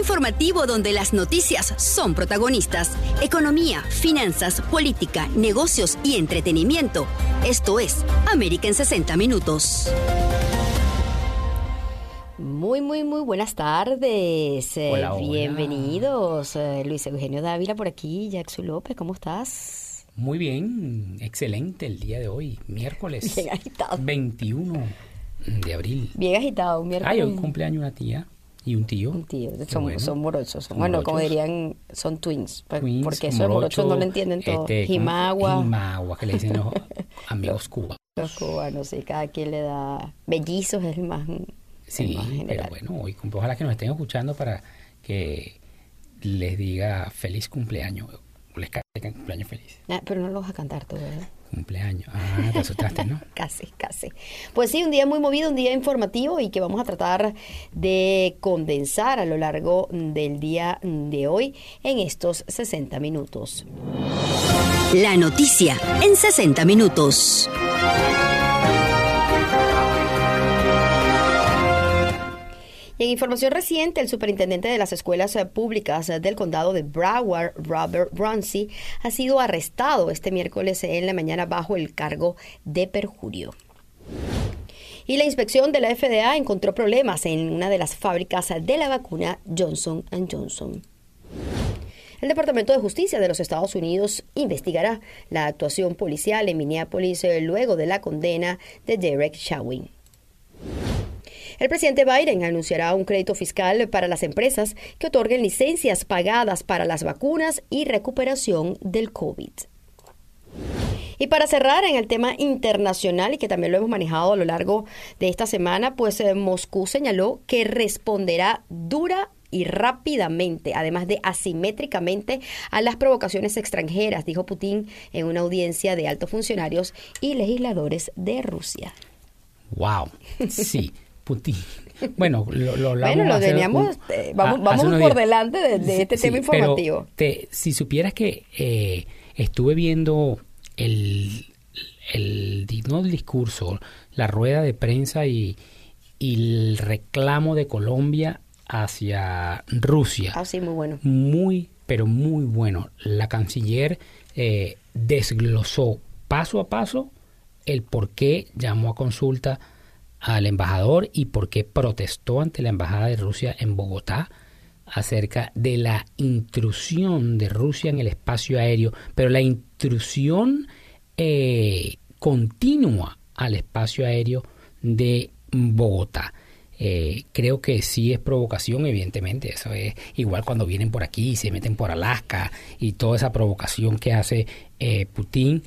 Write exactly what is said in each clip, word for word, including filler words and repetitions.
informativo donde las noticias son protagonistas. Economía, finanzas, política, negocios y entretenimiento. Esto es América en sesenta Minutos. Muy, muy, muy buenas tardes. Hola, hola. Bienvenidos. Luis Eugenio Dávila por aquí, Jackson López, ¿cómo estás? Muy bien, excelente el día de hoy, miércoles Bien agitado. veintiuno de abril. Bien agitado, un miércoles. Ay, hoy cumpleaños una tía y un tío. Un tío, son, bueno. son morochos. Son bueno, morochos. como dirían, son twins. Twins, porque eso de morocho, morochos no lo entienden todos. Este, Jimagua. Jimagua, que le dicen los amigos cubanos. Los cubanos, sí, cada quien le da. Bellizos es el más. Sí, pero bueno, hoy ojalá que nos estén escuchando para que les diga feliz cumpleaños. Les cante cumpleaños feliz. Ah, pero no lo vas a cantar tú, ¿verdad? Cumpleaños. Ah, te asustaste, ¿no? Casi, casi. Pues sí, un día muy movido, un día informativo y que vamos a tratar de condensar a lo largo del día de hoy en estos sesenta minutos. La noticia en sesenta minutos. En información reciente, el superintendente de las escuelas públicas del condado de Broward, Robert Bronzy, ha sido arrestado este miércoles en la mañana bajo el cargo de perjurio. Y la inspección de la F D A encontró problemas en una de las fábricas de la vacuna Johnson and Johnson. El Departamento de Justicia de los Estados Unidos investigará la actuación policial en Minneapolis luego de la condena de Derek Chauvin. El presidente Biden anunciará un crédito fiscal para las empresas que otorguen licencias pagadas para las vacunas y recuperación del COVID. Y para cerrar en el tema internacional, y que también lo hemos manejado a lo largo de esta semana, pues eh, Moscú señaló que responderá dura y rápidamente, además de asimétricamente, a las provocaciones extranjeras, dijo Putin en una audiencia de altos funcionarios y legisladores de Rusia. ¡Wow! Sí. Putin. Bueno, lo, lo, lo bueno, lo teníamos, un, eh, vamos, a, vamos por días. delante de, de este sí, tema informativo. Pero te, si supieras que eh, estuve viendo el, el, no el discurso, la rueda de prensa y, y el reclamo de Colombia hacia Rusia. Ah, sí, muy bueno. Muy, pero muy bueno. La canciller eh, desglosó paso a paso el por qué llamó a consulta al embajador y por qué protestó ante la embajada de Rusia en Bogotá acerca de la intrusión de Rusia en el espacio aéreo, pero la intrusión eh, continua al espacio aéreo de Bogotá. Eh, creo que sí es provocación, evidentemente. Eso es igual cuando vienen por aquí y se meten por Alaska y toda esa provocación que hace eh, Putin.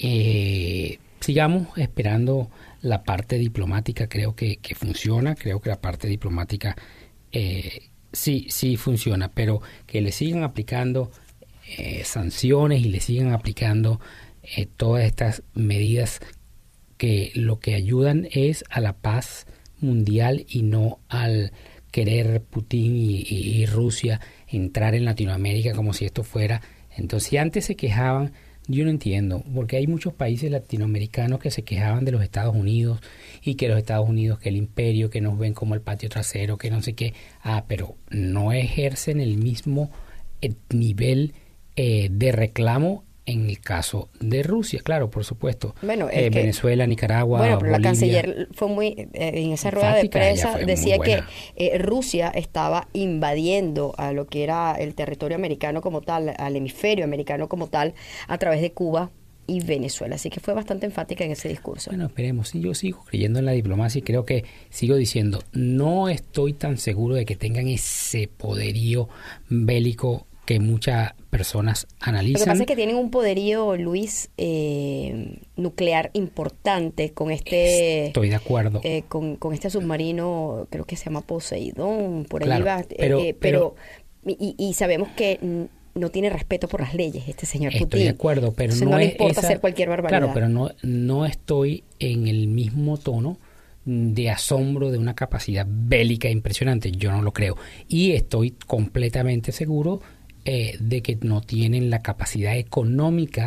Eh, sigamos esperando la parte diplomática. Creo que, que funciona, creo que la parte diplomática eh, sí, sí funciona, pero que le sigan aplicando eh, sanciones y le sigan aplicando eh, todas estas medidas que lo que ayudan es a la paz mundial y no al querer Putin y, y, y Rusia entrar en Latinoamérica como si esto fuera. Entonces, si antes se quejaban, yo no entiendo, porque hay muchos países latinoamericanos que se quejaban de los Estados Unidos y que los Estados Unidos, que el imperio, que nos ven como el patio trasero, que no sé qué. Ah, pero no ejercen el mismo eh, nivel eh, de reclamo en el caso de Rusia, claro, por supuesto. Bueno, eh, que, Venezuela, Nicaragua, Bueno, pero Bolivia. La canciller fue muy, eh, en esa rueda de prensa decía que eh, Rusia estaba invadiendo a lo que era el territorio americano como tal, al hemisferio americano como tal, a través de Cuba y Venezuela. Así que fue bastante enfática en ese discurso. Bueno, esperemos. Sí, yo sigo creyendo en la diplomacia y creo que sigo diciendo, no estoy tan seguro de que tengan ese poderío bélico que muchas personas analizan. Lo que pasa es que tienen un poderío, Luis, eh, nuclear importante con este... Estoy de acuerdo. Eh, con, con este submarino, creo que se llama Poseidón, por claro, ahí va. Pero, eh, pero, pero y, y sabemos que no tiene respeto por las leyes este señor Putin. Estoy de acuerdo, pero Entonces no, no le es importa esa, hacer cualquier barbaridad. Claro, pero no, no estoy en el mismo tono de asombro de una capacidad bélica impresionante. Yo no lo creo. Y estoy completamente seguro eh, de que no tienen la capacidad económica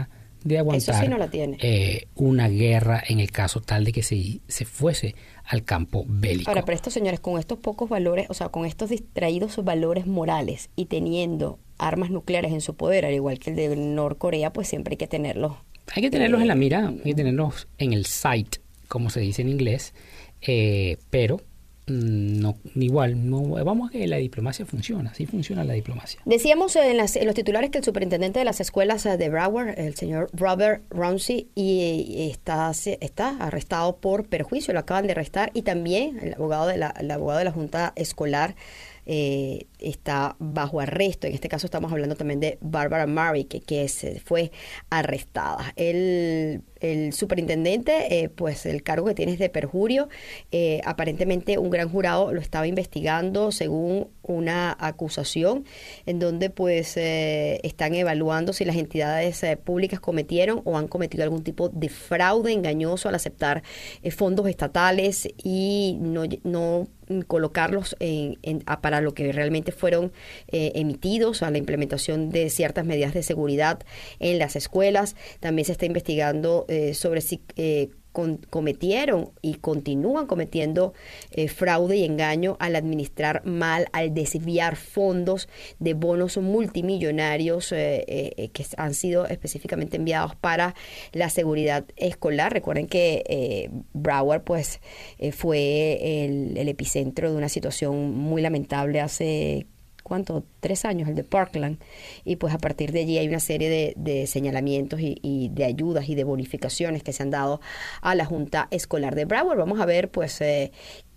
de aguantar Eso sí no la tiene. Eh, una guerra en el caso tal de que se, se fuese al campo bélico. Ahora, pero estos señores, con estos pocos valores, o sea, con estos distraídos valores morales y teniendo armas nucleares en su poder, al igual que el de Norcorea, pues siempre hay que tenerlos. Hay que tenerlos eh, en la mira, hay que tenerlos en el sight, como se dice en inglés, eh, pero no, igual, no, vamos a que la diplomacia funciona, así funciona la diplomacia. Decíamos en, las, en los titulares que el superintendente de las escuelas de Broward, el señor Robert Runcie, y, y está, está arrestado por perjuicio, lo acaban de arrestar, y también el abogado de la, el abogado de la Junta Escolar eh, está bajo arresto. En este caso estamos hablando también de Barbara Murray, que, que se fue arrestada. El, el superintendente, eh, pues el cargo que tiene es de perjurio. Eh, aparentemente un gran jurado lo estaba investigando según una acusación en donde pues eh, están evaluando si las entidades eh, públicas cometieron o han cometido algún tipo de fraude engañoso al aceptar eh, fondos estatales y no, no colocarlos en, en, a, para lo que realmente fueron eh, emitidos, a la implementación de ciertas medidas de seguridad en las escuelas. También se está investigando eh, sobre si eh, con, cometieron y continúan cometiendo eh, fraude y engaño al administrar mal, al desviar fondos de bonos multimillonarios eh, eh, que han sido específicamente enviados para la seguridad escolar. Recuerden que eh, Broward pues eh, fue el, el epicentro de una situación muy lamentable hace ¿cuánto? Tres años, el de Parkland, y pues a partir de allí hay una serie de, de señalamientos y, y de ayudas y de bonificaciones que se han dado a la Junta Escolar de Broward. Vamos a ver pues eh,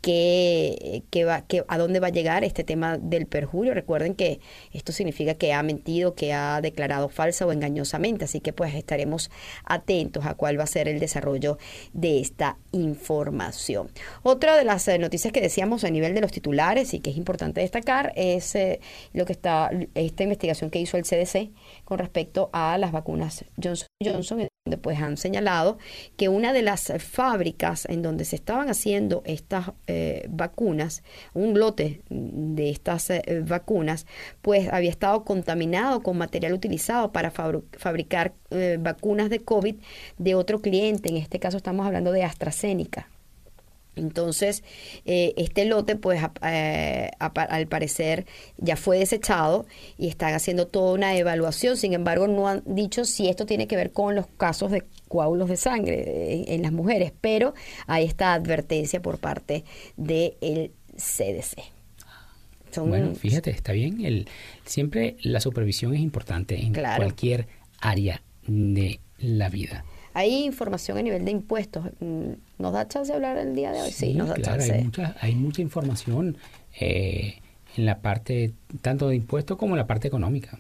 qué, qué va, qué, a dónde va a llegar este tema del perjurio. Recuerden que esto significa que ha mentido, que ha declarado falsa o engañosamente, así que pues estaremos atentos a cuál va a ser el desarrollo de esta información. Otra de las eh, noticias que decíamos a nivel de los titulares y que es importante destacar es eh, lo que está, esta investigación que hizo el C D C con respecto a las vacunas Johnson y Johnson, donde pues han señalado que una de las fábricas en donde se estaban haciendo estas eh, vacunas, un lote de estas eh, vacunas, pues había estado contaminado con material utilizado para fabru- fabricar eh, vacunas de COVID de otro cliente. En este caso estamos hablando de AstraZeneca. Entonces, eh, este lote, pues, eh, al parecer ya fue desechado y están haciendo toda una evaluación. Sin embargo, no han dicho si esto tiene que ver con los casos de coágulos de sangre en, en las mujeres, pero hay esta advertencia por parte del C D C. Son, bueno, fíjate, está bien. El, siempre la supervisión es importante en claro. cualquier área de la vida. Hay información a nivel de impuestos. ¿Nos da chance de hablar el día de hoy? Sí, sí nos da claro, chance. Hay mucha, hay mucha información eh, en la parte tanto de impuestos como en la parte económica.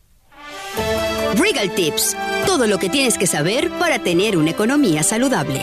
Regal Tips. Todo lo que tienes que saber para tener una economía saludable.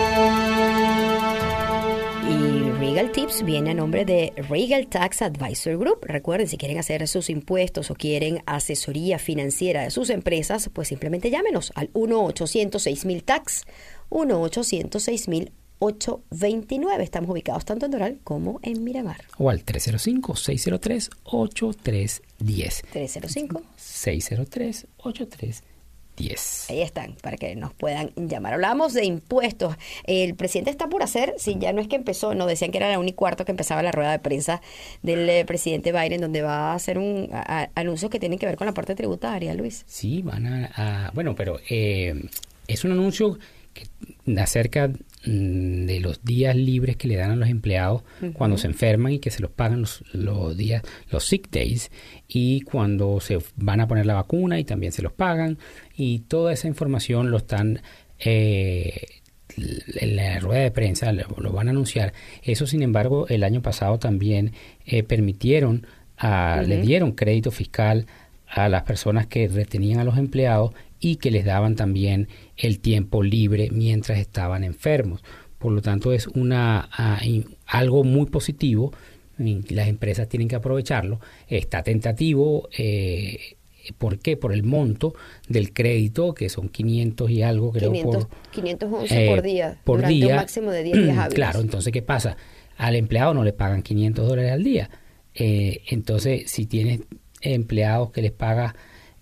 Y Regal Tips viene a nombre de Regal Tax Advisor Group. Recuerden, si quieren hacer sus impuestos o quieren asesoría financiera de sus empresas, pues simplemente llámenos al uno ochocientos seis mil tax, uno ochocientos seis mil ocho veintinueve. Estamos ubicados tanto en Doral como en Miramar. O al tres cero cinco, seis cero tres, ocho tres uno cero. tres cero cinco, seis cero tres, ocho tres diez. Ahí están, para que nos puedan llamar. Hablamos de impuestos. El presidente está por hacer, si ya no es que empezó, nos decían que era la una y cuarto que empezaba la rueda de prensa del eh, presidente Biden, donde va a hacer un a, a, anuncios que tienen que ver con la parte tributaria, Luis. Sí, van a... a bueno, pero eh, es un anuncio que acerca mm, de los días libres que le dan a los empleados uh-huh. cuando se enferman y que se los pagan los, los días, los sick days, y cuando se van a poner la vacuna y también se los pagan, y toda esa información lo están eh, en la rueda de prensa lo, lo van a anunciar. Eso, sin embargo, el año pasado también eh, permitieron a, uh-huh. le dieron crédito fiscal a las personas que retenían a los empleados y que les daban también el tiempo libre mientras estaban enfermos. Por lo tanto, es una uh, algo muy positivo. Las empresas tienen que aprovecharlo. Está tentativo. Eh, ¿Por qué? Por el monto del crédito, que son quinientos y algo, creo. quinientos, por, quinientos once eh, por día, por durante día. un máximo de diez días hábiles. Claro, entonces, ¿qué pasa? Al empleado no le pagan quinientos dólares al día. Eh, entonces, si tienes empleados que les pagas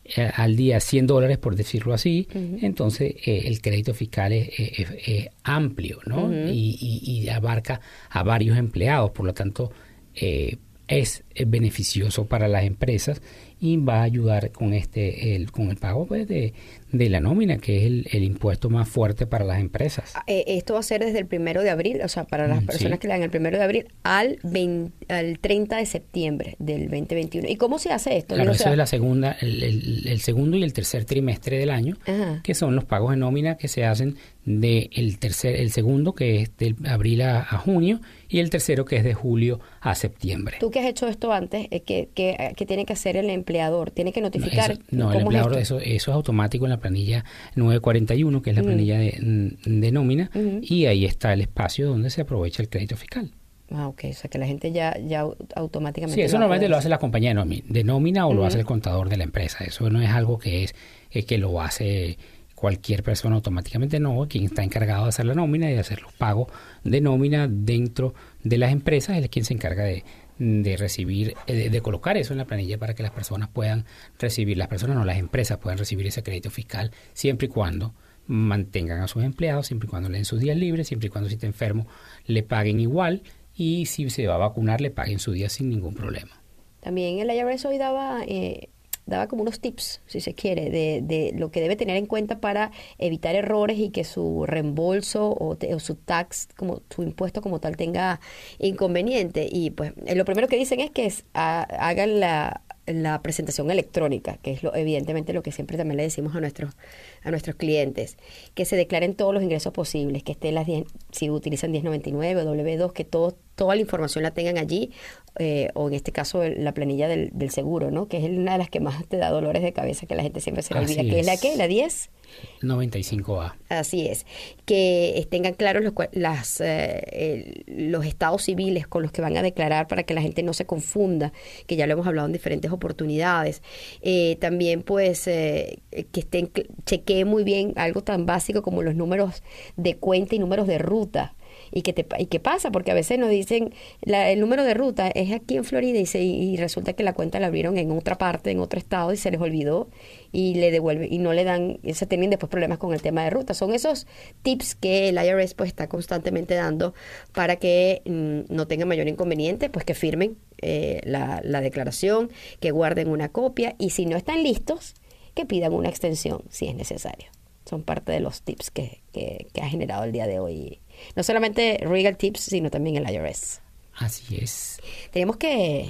eh, al día cien dólares, por decirlo así, Uh-huh. entonces eh, el crédito fiscal es, es- es amplio, ¿no? Uh-huh. y, y- y abarca a varios empleados, por lo tanto eh, es, es beneficioso para las empresas y va a ayudar con este el, con el pago pues, de, de la nómina, que es el, el impuesto más fuerte para las empresas. Eh, esto va a ser desde el primero de abril, o sea, para las Mm, personas sí. que le dan el primero de abril al, veinte al treinta de septiembre del veinte veintiuno. ¿Y cómo se hace esto? Claro, O eso sea, es la segunda, el, el- el segundo y el tercer trimestre del año, Ajá. que son los pagos de nómina que se hacen de el tercer, el segundo que es de abril a, a junio y el tercero que es de julio a septiembre. Tú que has hecho esto antes, eh, ¿qué, qué, qué tiene que hacer el empleador? ¿Tiene que No, notificar? eso- no, el cómo es empleador, esto? eso, eso es automático en la planilla nueve cuarenta y uno, que es la Ujú. planilla de, de nómina, Ujú. y ahí está el espacio donde se aprovecha el crédito fiscal. Ah, ok, o sea que la gente ya, ya au- automáticamente... Sí, eso va a normalmente poder lo hacer. hace la compañía de nómina, de nómina o lo Ujú. hace el contador de la empresa. Eso no es algo que es eh, que lo hace cualquier persona automáticamente, no. Quien está encargado de hacer la nómina y de hacer los pagos de nómina dentro de las empresas es quien se encarga de, de recibir, eh, de, de colocar eso en la planilla para que las personas puedan recibir, las personas no, las empresas puedan recibir ese crédito fiscal siempre y cuando mantengan a sus empleados, siempre y cuando le den sus días libres, siempre y cuando si está enfermo le paguen igual y si se va a vacunar le paguen su día sin ningún problema. También el I R S hoy daba, eh, daba como unos tips, si se quiere, de, de lo que debe tener en cuenta para evitar errores y que su reembolso o, te- o su tax, como su impuesto como tal, tenga inconveniente. Y pues eh, lo primero que dicen es que es, ha- hagan la, la presentación electrónica, que es lo, evidentemente lo que siempre también le decimos a nuestros, a nuestros clientes, que se declaren todos los ingresos posibles, que estén las diez, si utilizan diez noventa y nueve o W dos, que todo, toda la información la tengan allí, eh, o en este caso el- la planilla del, del seguro, ¿no? Que es una de las que más te da dolores de cabeza, que la gente siempre se le Así olvida, que es la es. que, la diez. noventa y cinco A. Así es, que eh, tengan claros los, cua- las, eh, el- los estados civiles con los que van a declarar para que la gente no se confunda, que ya lo hemos hablado en diferentes oportunidades. Eh, también pues eh, que estén, cl- chequeen muy bien algo tan básico como los números de cuenta y números de ruta. Y que te, y qué pasa, porque a veces nos dicen la, el número de ruta es aquí en Florida y, se, y resulta que la cuenta la abrieron en otra parte, en otro estado y se les olvidó y le devuelven y no le dan, y se tienen después problemas con el tema de ruta. Son esos tips que el I R S pues está constantemente dando para que mm, no tengan mayor inconveniente, pues que firmen eh, la, la declaración, que guarden una copia y si no están listos, que pidan una extensión si es necesario. Son parte de los tips que, que, que ha generado el día de hoy. No solamente Regal Tips, sino también el I R S. Así es. Tenemos que,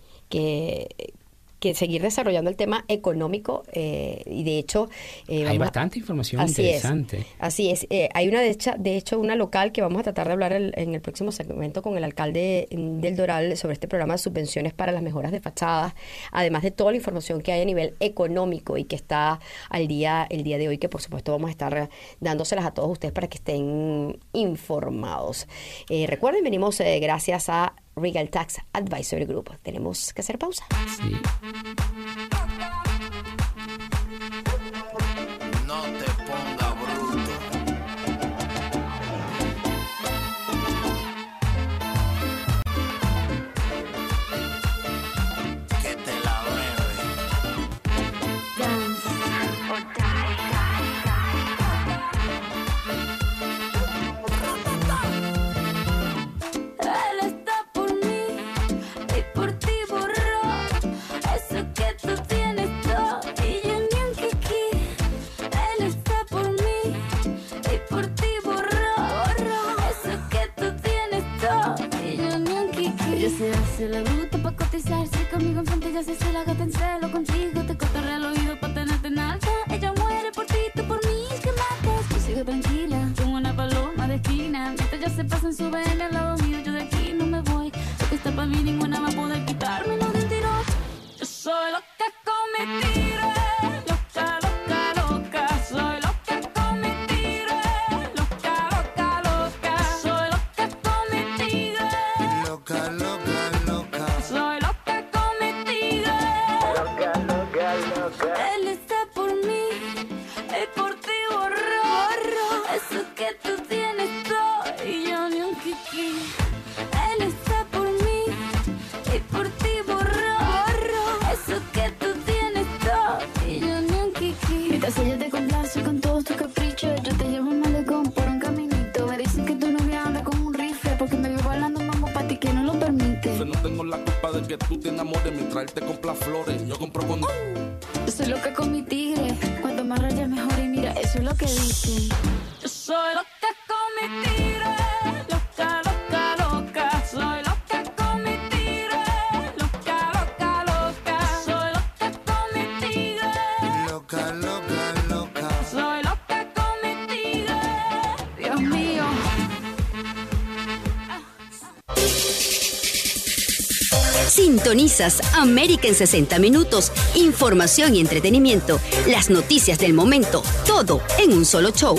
que, que seguir desarrollando el tema económico eh, y de hecho... eh, Hay vamos a- bastante información Así interesante. Es, así es. Eh, hay una, de hecho, de hecho, una local que vamos a tratar de hablar el- en el próximo segmento con el alcalde mm, del Doral sobre este programa de subvenciones para las mejoras de fachadas, además de toda la información que hay a nivel económico y que está al día el día de hoy, que por supuesto vamos a estar dándoselas a todos ustedes para que estén informados. Eh, recuerden, venimos eh, gracias a Regal Tax Advisory Group. Tenemos que hacer pausa. Sí. No te ponga bruto. Que te la bebe. Él está por mí y por ti borró eso que tú tienes todo y yo ni un kiki. Él está por mí y por ti borró, borró eso que tú tienes todo y yo ni un kiki. Ella se hace la bruta pa' cotizarse conmigo enfrente, ya se hace la gata en celo contigo, te cortaré el oído pa' tenerte en alta. Ella muere por ti, tú por mí, que matas. Yo sigo tranquila, como una paloma de esquina, mientras ya se pasan su vena al lado mío, yo de aquí no me voy. Lo que está para mí ninguna va a poder quitármelo del tirón. Yo soy loca con mi tiro, loca, loca, loca. Soy loca con mi tiro, loca, loca, loca. Soy loca con mi tiro, Loca, loca, loca. soy loca con mi tiro. Él está por mí y por ti borró, borró eso que tú tienes todo y yo ni un kiki. Él está por mí y por ti borró, borró eso que tú tienes todo culpa de que tú te enamores mientras él te compra flores. Yo compro con... Yo soy loca con mi tigre, cuanto más rayas mejor y mira, eso es lo que dicen. Yo soy loca con mi tigre, loca, loca, loca. Soy loca con mi tigre, loca, loca, loca. Soy loca con mi tigre, Loca, loca, loca. soy loca con mi tigre. Dios mío. Sintonizas América en sesenta minutos. Información y entretenimiento. Las noticias del momento. Todo en un solo show.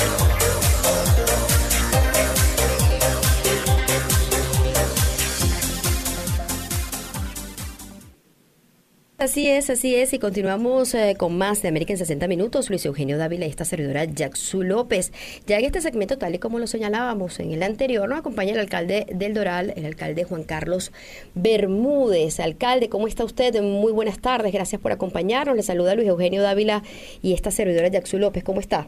Así es, así es, y continuamos eh, con más de América en sesenta minutos. Luis Eugenio Dávila y esta servidora Yaxu López. Ya en este segmento, tal y como lo señalábamos en el anterior, nos acompaña el alcalde del Doral, el alcalde Juan Carlos Bermúdez. Alcalde, ¿cómo está usted? Muy buenas tardes, gracias por acompañarnos. Le saluda Luis Eugenio Dávila y esta servidora Yaxu López. ¿Cómo está?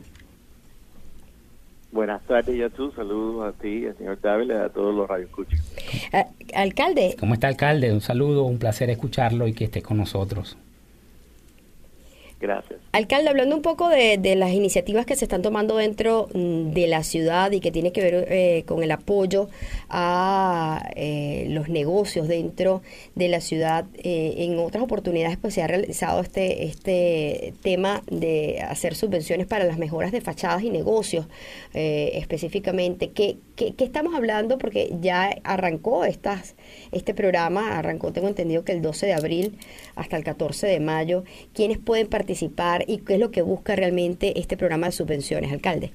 Buenas tardes, Yatsu. Saludos a ti, al señor Dávila y a todos los radioescuchas. Ah, alcalde. ¿Cómo está, alcalde? Un saludo, un placer escucharlo y que esté con nosotros. Gracias. Alcalde, hablando un poco de, de las iniciativas que se están tomando dentro mm, de la ciudad y que tiene que ver eh, con el apoyo a eh, los negocios dentro de la ciudad, eh, en otras oportunidades pues se ha realizado este este tema de hacer subvenciones para las mejoras de fachadas y negocios, eh, específicamente. ¿Qué, qué, ¿Qué estamos hablando? Porque ya arrancó estas este programa, arrancó, tengo entendido que el doce de abril hasta el catorce de mayo. ¿Quiénes pueden participar y qué es lo que busca realmente este programa de subvenciones, alcalde?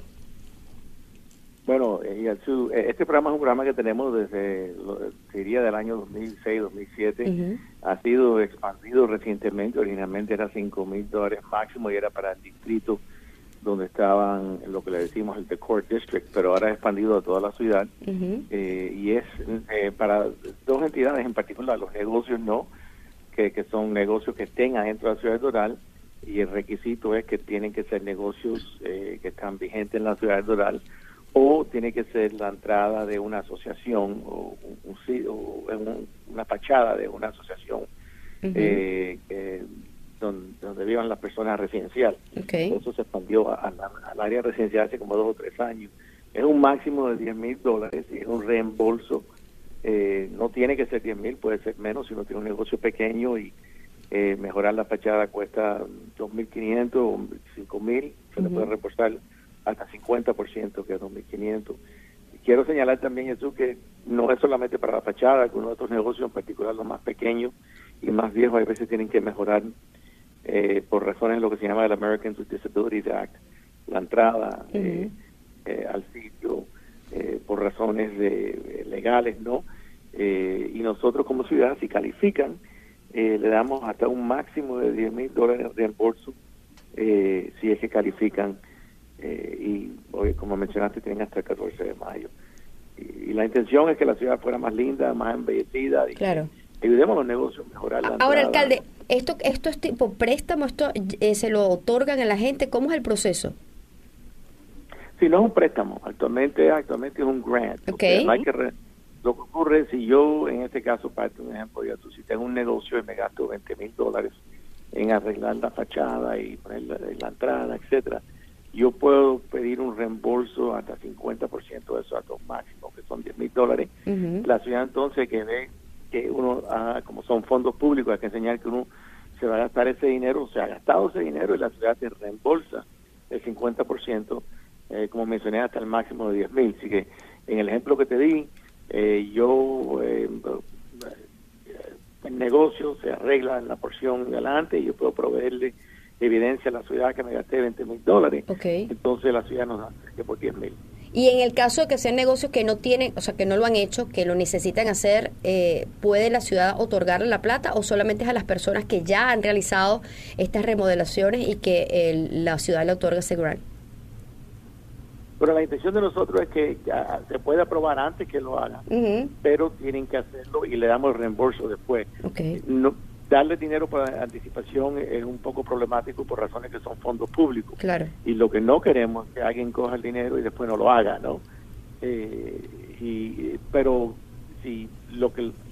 Bueno, eh, Yatsu, eh, este programa es un programa que tenemos desde, lo, diría, del año dos mil seis, dos mil siete. Uh-huh. Ha sido expandido recientemente. Originalmente era cinco mil dólares máximo y era para el distrito donde estaban lo que le decimos el The Court District, pero ahora ha expandido a toda la ciudad. Uh-huh. eh, y es eh, para dos entidades en particular, los negocios no, que, que son negocios que estén adentro de la ciudad de Doral, y el requisito es que tienen que ser negocios eh, que están vigentes en la ciudad de Doral, o tiene que ser la entrada de una asociación o, un, un, o un, una fachada de una asociación uh-huh. eh, eh, donde, donde vivan las personas residenciales. Okay. Eso se expandió a, a, al área residencial hace como dos o tres años. Es un máximo de diez mil dólares y es un reembolso. Eh, no tiene que ser diez mil, puede ser menos si uno tiene un negocio pequeño y Eh, mejorar la fachada cuesta dos mil quinientos o cinco mil, se uh-huh. le puede reembolsar hasta cincuenta por ciento, que es dos mil quinientos. Y quiero señalar también, Jesús, que no es solamente para la fachada, que uno de estos negocios, en particular los más pequeños y más viejos, a veces tienen que mejorar eh, por razones de lo que se llama el Americans with Disabilities Act, la entrada uh-huh. eh, eh, al sitio, eh, por razones de, eh, legales, ¿no? Eh, y nosotros como ciudad, si califican, Eh, le damos hasta un máximo de diez mil dólares de reembolso eh, si es que califican eh, y hoy, como mencionaste, tienen hasta el catorce de mayo. Y, y la intención es que la ciudad fuera más linda, más embellecida y claro. que ayudemos a los negocios a mejorar la Ahora, entrada. alcalde, ¿esto esto es tipo préstamo? ¿Esto eh, se lo otorgan a la gente? ¿Cómo es el proceso? Sí, no es un préstamo. Actualmente actualmente es un grant. Okay. No hay que re Lo que ocurre, si yo, en este caso, para un ejemplo, ya tú, si tengo un negocio y me gasto veinte mil dólares en arreglar la fachada y poner la, la entrada, etcétera, yo puedo pedir un reembolso hasta cincuenta por ciento de esos datos máximos, que son diez mil dólares. Uh-huh. La ciudad entonces que ve que uno, ah, como son fondos públicos, hay que enseñar que uno se va a gastar ese dinero, se ha gastado ese dinero y la ciudad te reembolsa el cincuenta por ciento, eh, como mencioné, hasta el máximo de diez mil. Así que en el ejemplo que te di, Eh, yo eh, el negocio se arregla en la porción de adelante y yo puedo proveerle evidencia a la ciudad que me gasté veinte mil dólares. Okay. Entonces la ciudad nos da que por diez mil. Y en el caso de que sean negocios que no tienen, o sea, que no lo han hecho, que lo necesitan hacer, eh, ¿puede la ciudad otorgarle la plata o solamente es a las personas que ya han realizado estas remodelaciones y que el, la ciudad le otorga ese grant? Pero la intención de nosotros es que ya se puede aprobar antes que lo hagan, uh-huh. pero tienen que hacerlo y le damos el reembolso después. Okay. No, darle dinero para anticipación es un poco problemático por razones que son fondos públicos. Claro. Y lo que no queremos es que alguien coja el dinero y después no lo haga, ¿no? Eh, y, pero si lo que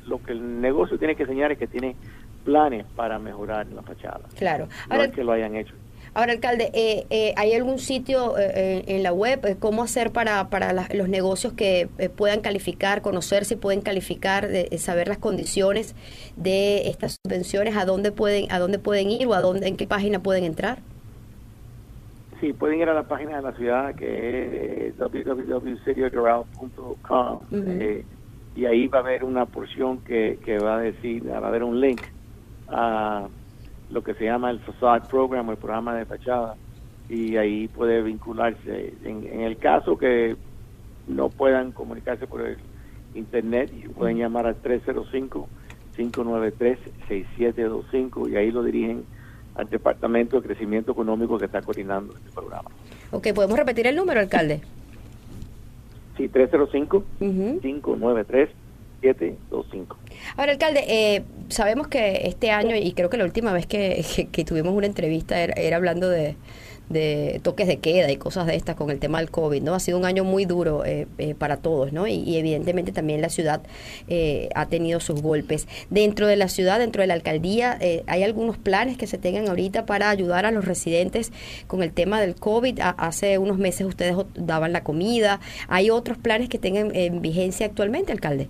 lo que el negocio tiene que enseñar es que tiene planes para mejorar la fachada. Claro. No Ahora, es que lo hayan hecho. Ahora, alcalde, eh, eh, ¿hay algún sitio eh, en la web eh, cómo hacer para, para la- los negocios que eh, puedan calificar, conocer si pueden calificar, de, de saber las condiciones de estas subvenciones, a dónde pueden, a dónde pueden ir o a dónde, en qué página pueden entrar? Sí, pueden ir a la página de la ciudad que es w w w punto city of doral punto com Ujú. eh, y ahí va a haber una porción que, que va a decir, va a haber un link a lo que se llama el Facade Program, el programa de fachada, y ahí puede vincularse. En, en el caso que no puedan comunicarse por el internet, pueden llamar al tres cero cinco, cinco nueve tres, seis siete dos cinco y ahí lo dirigen al Departamento de Crecimiento Económico que está coordinando este programa. Ok, ¿podemos repetir el número, alcalde? Sí, tres cero cinco, Ujú. cinco nueve tres, siete dos cinco. Ahora, alcalde, eh, sabemos que este año, y creo que la última vez que, que- que tuvimos una entrevista era, era hablando de, de toques de queda y cosas de estas con el tema del COVID, ¿no? Ha sido un año muy duro eh, eh, para todos, ¿no? Y, y evidentemente también la ciudad eh, ha tenido sus golpes. Dentro de la ciudad, dentro de la alcaldía, eh, ¿hay algunos planes que se tengan ahorita para ayudar a los residentes con el tema del COVID? A- hace unos meses ustedes ot- daban la comida. ¿Hay otros planes que tengan en vigencia actualmente, alcalde?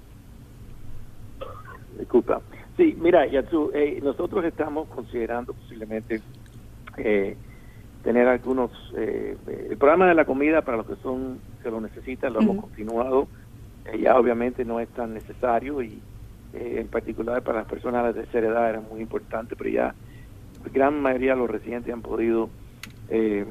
Disculpa. Sí, mira, Yatsu, eh, nosotros estamos considerando posiblemente eh, tener algunos... Eh, eh, el programa de la comida para los que son que lo necesitan lo hemos Ujú. continuado. Eh, ya obviamente no es tan necesario y eh, en particular para las personas de la tercera edad era muy importante, pero ya la gran mayoría de los residentes han podido... Eh,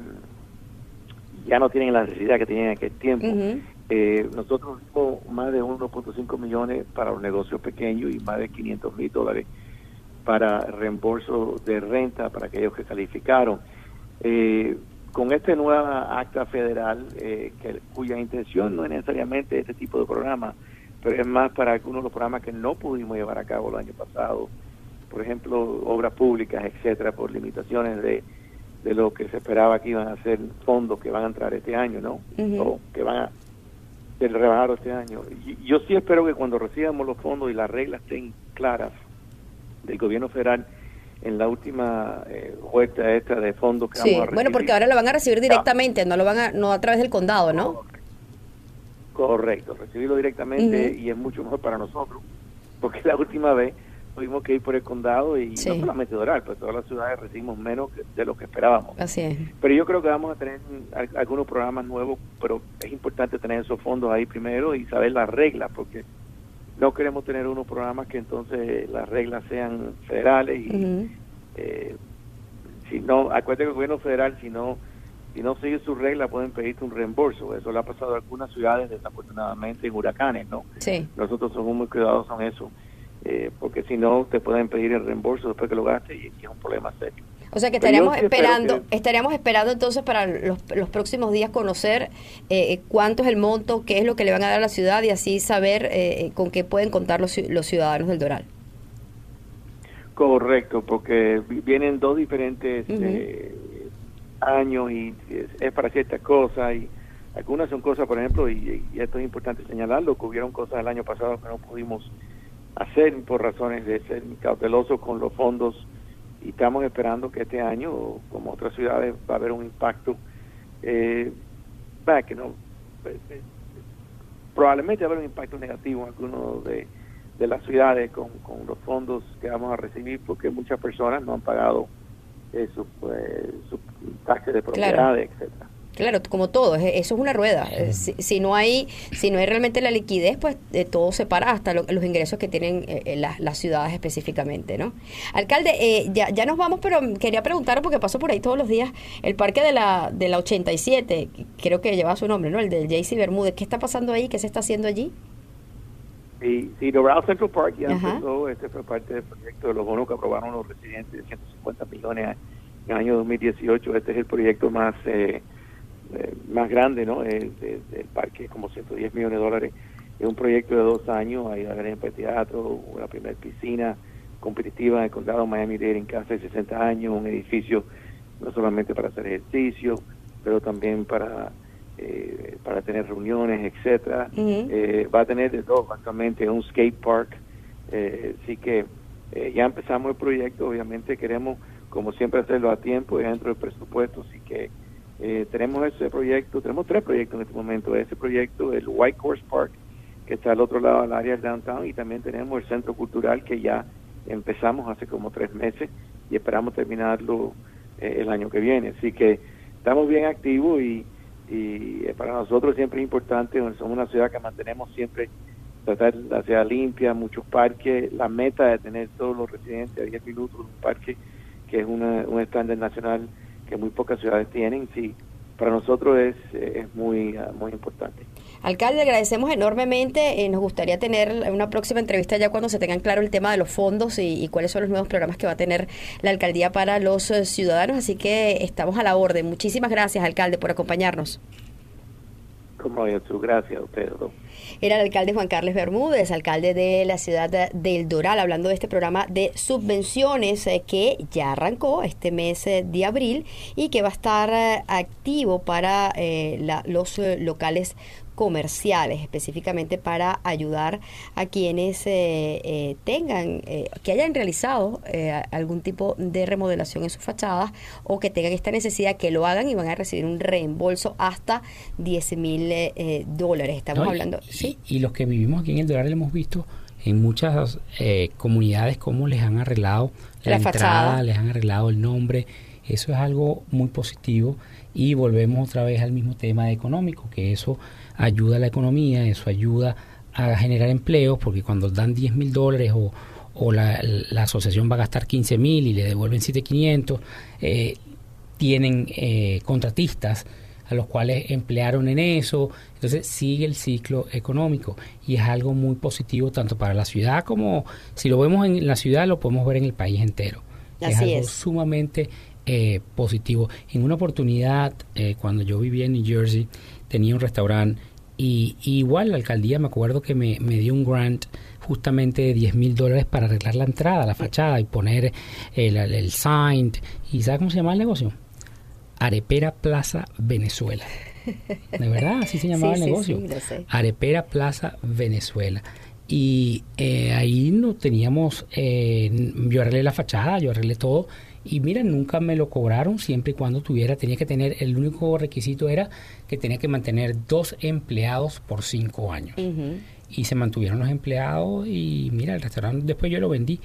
ya no tienen la necesidad que tenían en aquel tiempo. Ujú. Eh, nosotros dimos más de uno punto cinco millones para los negocios pequeños y más de quinientos mil dólares para reembolso de renta para aquellos que calificaron. Eh, con esta nueva acta federal, eh, que, cuya intención no es necesariamente este tipo de programa, pero es más para algunos de los programas que no pudimos llevar a cabo el año pasado, por ejemplo, obras públicas, etcétera, por limitaciones de, de lo que se esperaba que iban a ser fondos que van a entrar este año, ¿no? Ujú. O que van a del rebajado este año. Y yo sí espero que cuando recibamos los fondos y las reglas estén claras del gobierno federal en la última eh, vuelta esta de fondos que Sí, vamos a recibir. bueno, porque ahora lo van a recibir directamente, no lo van a, no a través del condado, ¿no? Correcto, recibirlo directamente Ujú. y es mucho mejor para nosotros, porque la última vez tuvimos que ir por el condado y Sí. no solamente Doral, pues todas las ciudades recibimos menos que- de lo que esperábamos. Así es. Pero yo creo que vamos a tener al- algunos programas nuevos, pero es importante tener esos fondos ahí primero y saber las reglas, porque no queremos tener unos programas que entonces las reglas sean federales y Ujú. eh, si no, acuérdate que el gobierno federal, si no si no sigue sus reglas, pueden pedirte un reembolso. Eso le ha pasado a algunas ciudades, desafortunadamente, en huracanes, ¿no? Sí. Nosotros somos muy cuidadosos en eso, eh, porque si no, te pueden pedir el reembolso después que lo gastes y, y es un problema serio. O sea que Pero yo estaríamos sí espero esperando, que- estaríamos esperando entonces para los, los próximos días conocer eh, cuánto es el monto, qué es lo que le van a dar a la ciudad y así saber eh, con qué pueden contar los, ci- los ciudadanos del Doral. Correcto, porque vi- vienen dos diferentes Ujú. eh, años y es, es para ciertas cosas y algunas son cosas, por ejemplo, y, y esto es importante señalarlo, que hubieron cosas el año pasado que no pudimos hacer por razones de ser cautelosos con los fondos y estamos esperando que este año, como otras ciudades, va a haber un impacto, eh, va, que no, eh, eh, probablemente va a haber un impacto negativo en algunos de, de las ciudades con, con los fondos que vamos a recibir porque muchas personas no han pagado eh, sus eh, su taxes de propiedad, Claro. etcétera. Claro, como todo, es- eso es una rueda. Eh, Si, si no hay, si no hay realmente la liquidez, pues eh, todo se para hasta lo- los ingresos que tienen eh, eh, las, las ciudades específicamente, ¿no? Alcalde, eh, ya, ya nos vamos, pero quería preguntar porque paso por ahí todos los días el parque de la de la ochenta y siete, que creo que lleva su nombre, ¿no? El del J C Bermúdez. ¿Qué está pasando ahí? ¿Qué se está haciendo allí? Y, y Doral Central Park ya Ajá. empezó, este fue parte del proyecto de los bonos que aprobaron los residentes de ciento cincuenta millones en el año dos mil dieciocho. Este es el proyecto más eh, eh, más grande, ¿no? El, el, el parque es como ciento diez millones de dólares. Es un proyecto de dos años, ahí va a haber teatro, una primera piscina competitiva en el condado Miami-Dade en casa de sesenta años, un edificio no solamente para hacer ejercicio, pero también para eh, para tener reuniones, etcétera. Ujú. Eh, va a tener de todo, básicamente un skate park, Eh, así que eh, ya empezamos el proyecto, obviamente queremos, como siempre, hacerlo a tiempo y dentro del presupuesto, así que eh, tenemos ese proyecto, tenemos tres proyectos en este momento, ese proyecto, el White Horse Park, que está al otro lado del área del downtown, y también tenemos el Centro Cultural, que ya empezamos hace como tres meses y esperamos terminarlo eh, el año que viene, así que estamos bien activos y, y eh, para nosotros siempre es importante, somos una ciudad que mantenemos siempre, tratar la ciudad limpia, muchos parques, la meta de tener todos los residentes a diez minutos de un parque, que es una, un estándar nacional que muy pocas ciudades tienen, sí, para nosotros es, es muy, muy importante. Alcalde, agradecemos enormemente. Eh, nos gustaría tener una próxima entrevista ya cuando se tengan claro el tema de los fondos y, y cuáles son los nuevos programas que va a tener la alcaldía para los eh, ciudadanos. Así que estamos a la orden. Muchísimas gracias, alcalde, por acompañarnos. Como Jesús, gracias a ustedes dos. Era el alcalde Juan Carlos Bermúdez, alcalde de la ciudad de, del Doral, hablando de este programa de subvenciones eh, que ya arrancó este mes eh, de abril y que va a estar eh, activo para eh, la, los eh, locales comerciales, específicamente para ayudar a quienes eh, eh, tengan, eh, que hayan realizado eh, algún tipo de remodelación en sus fachadas o que tengan esta necesidad, que lo hagan y van a recibir un reembolso hasta diez mil eh, dólares. Estamos no, hablando... Y, ¿sí? y los que vivimos aquí en el Doral hemos visto en muchas eh, comunidades cómo les han arreglado la, la entrada, fachada, les han arreglado el nombre. Eso es algo muy positivo y volvemos otra vez al mismo tema económico, que eso ayuda a la economía, eso ayuda a generar empleos, porque cuando dan diez mil dólares o, o la, la asociación va a gastar quince mil y le devuelven siete mil quinientos, eh, tienen eh, contratistas a los cuales emplearon en eso, entonces sigue el ciclo económico y es algo muy positivo tanto para la ciudad como, si lo vemos en la ciudad, lo podemos ver en el país entero. Así es algo es. sumamente eh, positivo. En una oportunidad, eh, cuando yo vivía en New Jersey, tenía un restaurante y, y igual la alcaldía, me acuerdo que me, me dio un grant justamente de diez mil dólares para arreglar la entrada, la fachada y poner el, el, el sign. ¿Y sabe cómo se llama el negocio? Arepera Plaza Venezuela. De verdad, así se llamaba sí, el negocio. Sí, sí, lo sé. Arepera Plaza Venezuela. Y eh, ahí no teníamos, eh, yo arreglé la fachada, yo arreglé todo. Y mira, nunca me lo cobraron siempre y cuando tuviera, tenía que tener, el único requisito era que tenía que mantener dos empleados por cinco años. Uh-huh. Y se mantuvieron los empleados y mira, el restaurante después yo lo vendí.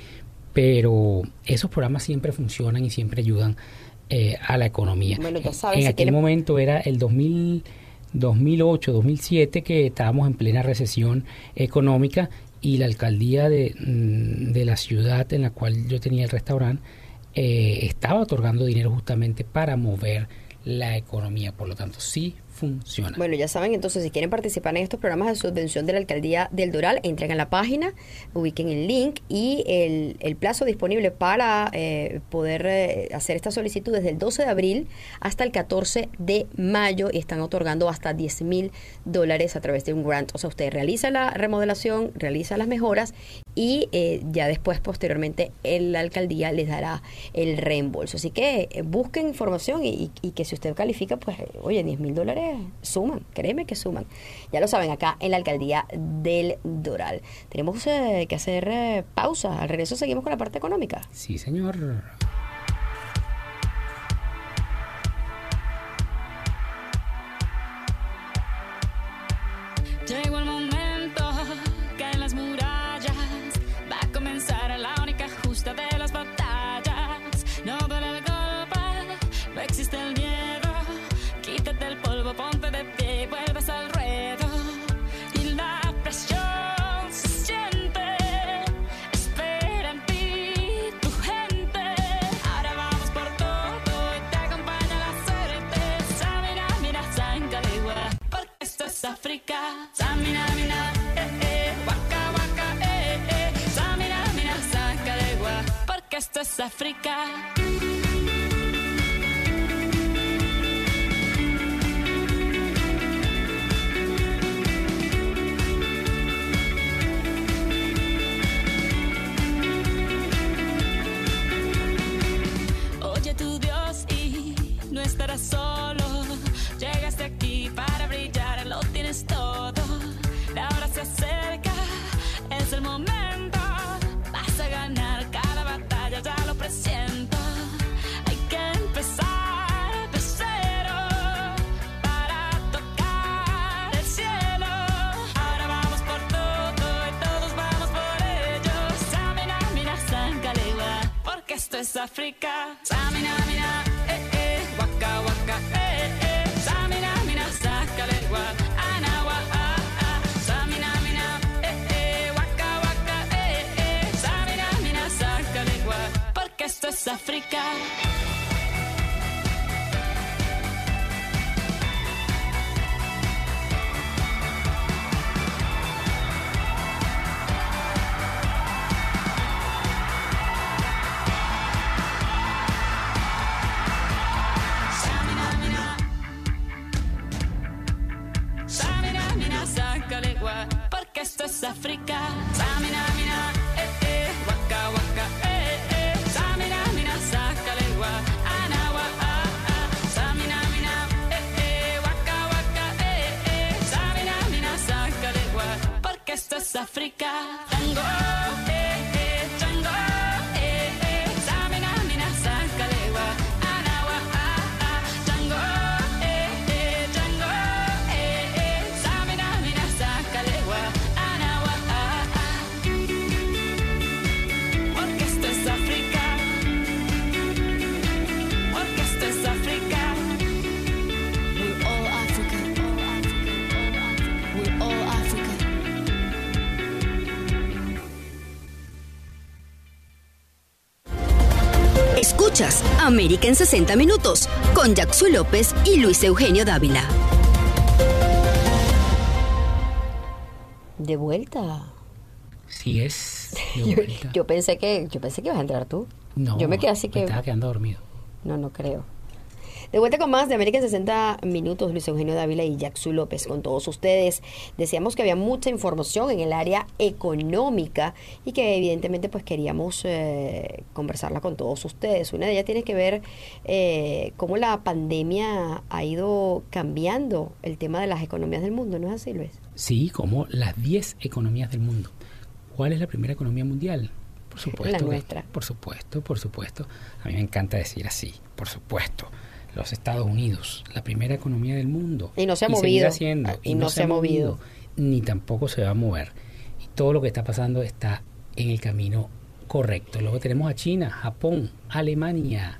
Pero esos programas siempre funcionan y siempre ayudan eh, a la economía. Bueno, ya sabes, en si aquel tiene... momento era el dos mil, dos mil ocho, dos mil siete que estábamos en plena recesión económica y la alcaldía de, de la ciudad en la cual yo tenía el restaurante eh, estaba otorgando dinero justamente para mover la economía. Por lo tanto, sí funciona. Bueno, ya saben, entonces, si quieren participar en estos programas de subvención de la Alcaldía del Doral, entren a la página, ubiquen el link y el, el plazo disponible para eh, poder eh, hacer esta solicitud desde el doce de abril hasta el catorce de mayo y están otorgando hasta diez mil dólares a través de un grant. O sea, usted realiza la remodelación, realiza las mejoras y eh, ya después, posteriormente, el, la alcaldía les dará el reembolso. Así que eh, busquen información y, y, y que si usted califica, pues, eh, oye, diez mil dólares suman, créeme que suman. Ya lo saben, acá en la alcaldía del Doral. Tenemos eh, que hacer eh, pausa. Al regreso seguimos con la parte económica. Sí, señor. Llegó el momento, caen las murallas, va a comenzar la única justa de las batallas. No duele el golpe, no existe el miedo. Quítate el polvo, ponte de pie y vuelves al ruedo. Y la presión se siente, espera en ti tu gente. Ahora vamos por todo y te acompaña la suerte. Samina, mira, Sancalegua, porque esto es África. Samina, mira, eh, eh, waka, waka, eh, eh. Samina, mira, Sancalegua, porque esto es África. Estarás solo, llegaste aquí para brillar, lo tienes todo, la hora se acerca, es el momento, esto es África. Samina, mina, eh, eh, waka, waka, eh, eh. Samina, mina, sácale igual. Anawa, ah, ah. Samina, mina, eh, eh, waka, waka, eh, eh. Samina, mina, sácale igual. Porque esto es África. Porque esto es África. Samina, mina, eh, eh, waka, waka, eh, eh. Samina, mina, sácale igual. Anawa, ah, ah. Samina, mina, eh, eh, waka, waka, eh, eh. Samina, mina, sácale igual. Porque esto es África. Tango, eh, eh, tango, eh, eh. Samina, mina, sácale igual. Anawa, ah, ah. Tango, eh, eh, tango, eh, eh. Samina, mina, sácale igual. Anawa, ah, ah. Porque esto es África. Porque esto es África. We're all Africa. We're all Africa. Escuchas América en sesenta minutos con Jackson López y Luis Eugenio Dávila. De vuelta. Sí es. de Yo, vuelta. yo pensé que yo pensé que ibas a entrar tú. No, yo me quedé así que me estaba quedando dormido. no, no creo. De vuelta con más de América en sesenta minutos, Luis Eugenio Dávila y Jackson López con todos ustedes. Decíamos que había mucha información en el área económica y que evidentemente pues queríamos eh, conversarla con todos ustedes. Una de ellas tiene que ver eh, cómo la pandemia ha ido cambiando el tema de las economías del mundo, ¿no es así, Luis? Sí, como las diez economías del mundo. ¿Cuál es la primera economía mundial? Por supuesto. La que- nuestra. Por supuesto, por supuesto. A mí me encanta decir así, por supuesto. Los Estados Unidos, la primera economía del mundo. Y no se ha seguirá movido. siendo, Ah, y no se ha movido. Ni tampoco se va a mover. Y todo lo que está pasando está en el camino correcto. Luego tenemos a China, Japón, Alemania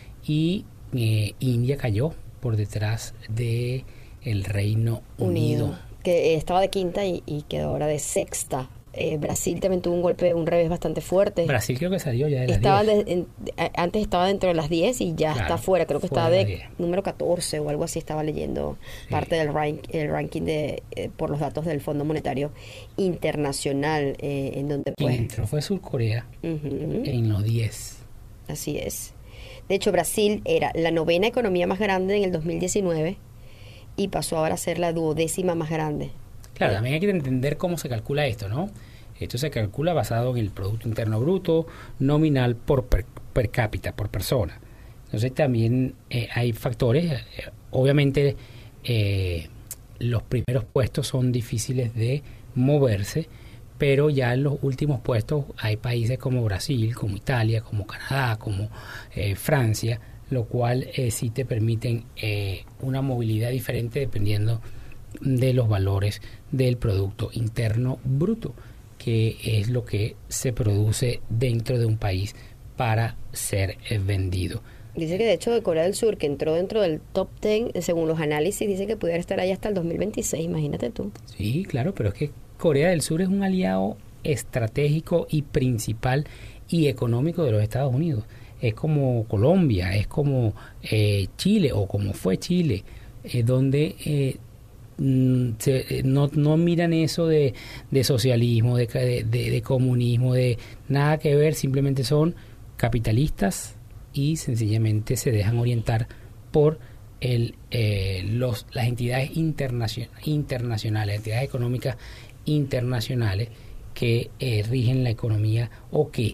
y eh, India cayó por detrás de el Reino Unido. Unido, que estaba de quinta y, y quedó ahora de sexta. Eh, Brasil también tuvo un golpe, un revés bastante fuerte. Brasil creo que salió ya de las Estaba diez. de- en- a- antes estaba dentro de las diez y ya Claro, está fuera. Creo que fuera estaba de de las diez. número catorce o algo así. Estaba leyendo Sí. parte del rank- el ranking de eh, por los datos del Fondo Monetario Internacional, eh, en donde Quien pues entró fue Surcorea ujú, en los diez. así es. De hecho, Brasil era la novena economía más grande en el dos mil diecinueve y pasó ahora a ser la duodécima más grande. Claro, también hay que entender cómo se calcula esto, ¿no? Esto se calcula basado en el Producto Interno Bruto nominal por per, per cápita, por persona. Entonces también eh, hay factores, eh, obviamente eh, los primeros puestos son difíciles de moverse, pero ya en los últimos puestos hay países como Brasil, como Italia, como Canadá, como eh, Francia, lo cual eh, sí te permiten eh, una movilidad diferente dependiendo de los valores del Producto Interno Bruto, que es lo que se produce dentro de un país para ser eh, vendido. Dice que de hecho de Corea del Sur, que entró dentro del top diez, según los análisis, dice que pudiera estar ahí hasta el dos mil veintiséis, imagínate tú. Sí, claro, pero es que Corea del Sur es un aliado estratégico y principal y económico de los Estados Unidos. Es como Colombia, es como eh, Chile o como fue Chile, eh, donde eh, mm, se, no, no miran eso de, de socialismo, de, de, de comunismo, de nada que ver, simplemente son capitalistas y sencillamente se dejan orientar por el, eh, los, las entidades internacion- internacionales, entidades económicas internacionales que eh, rigen la economía o que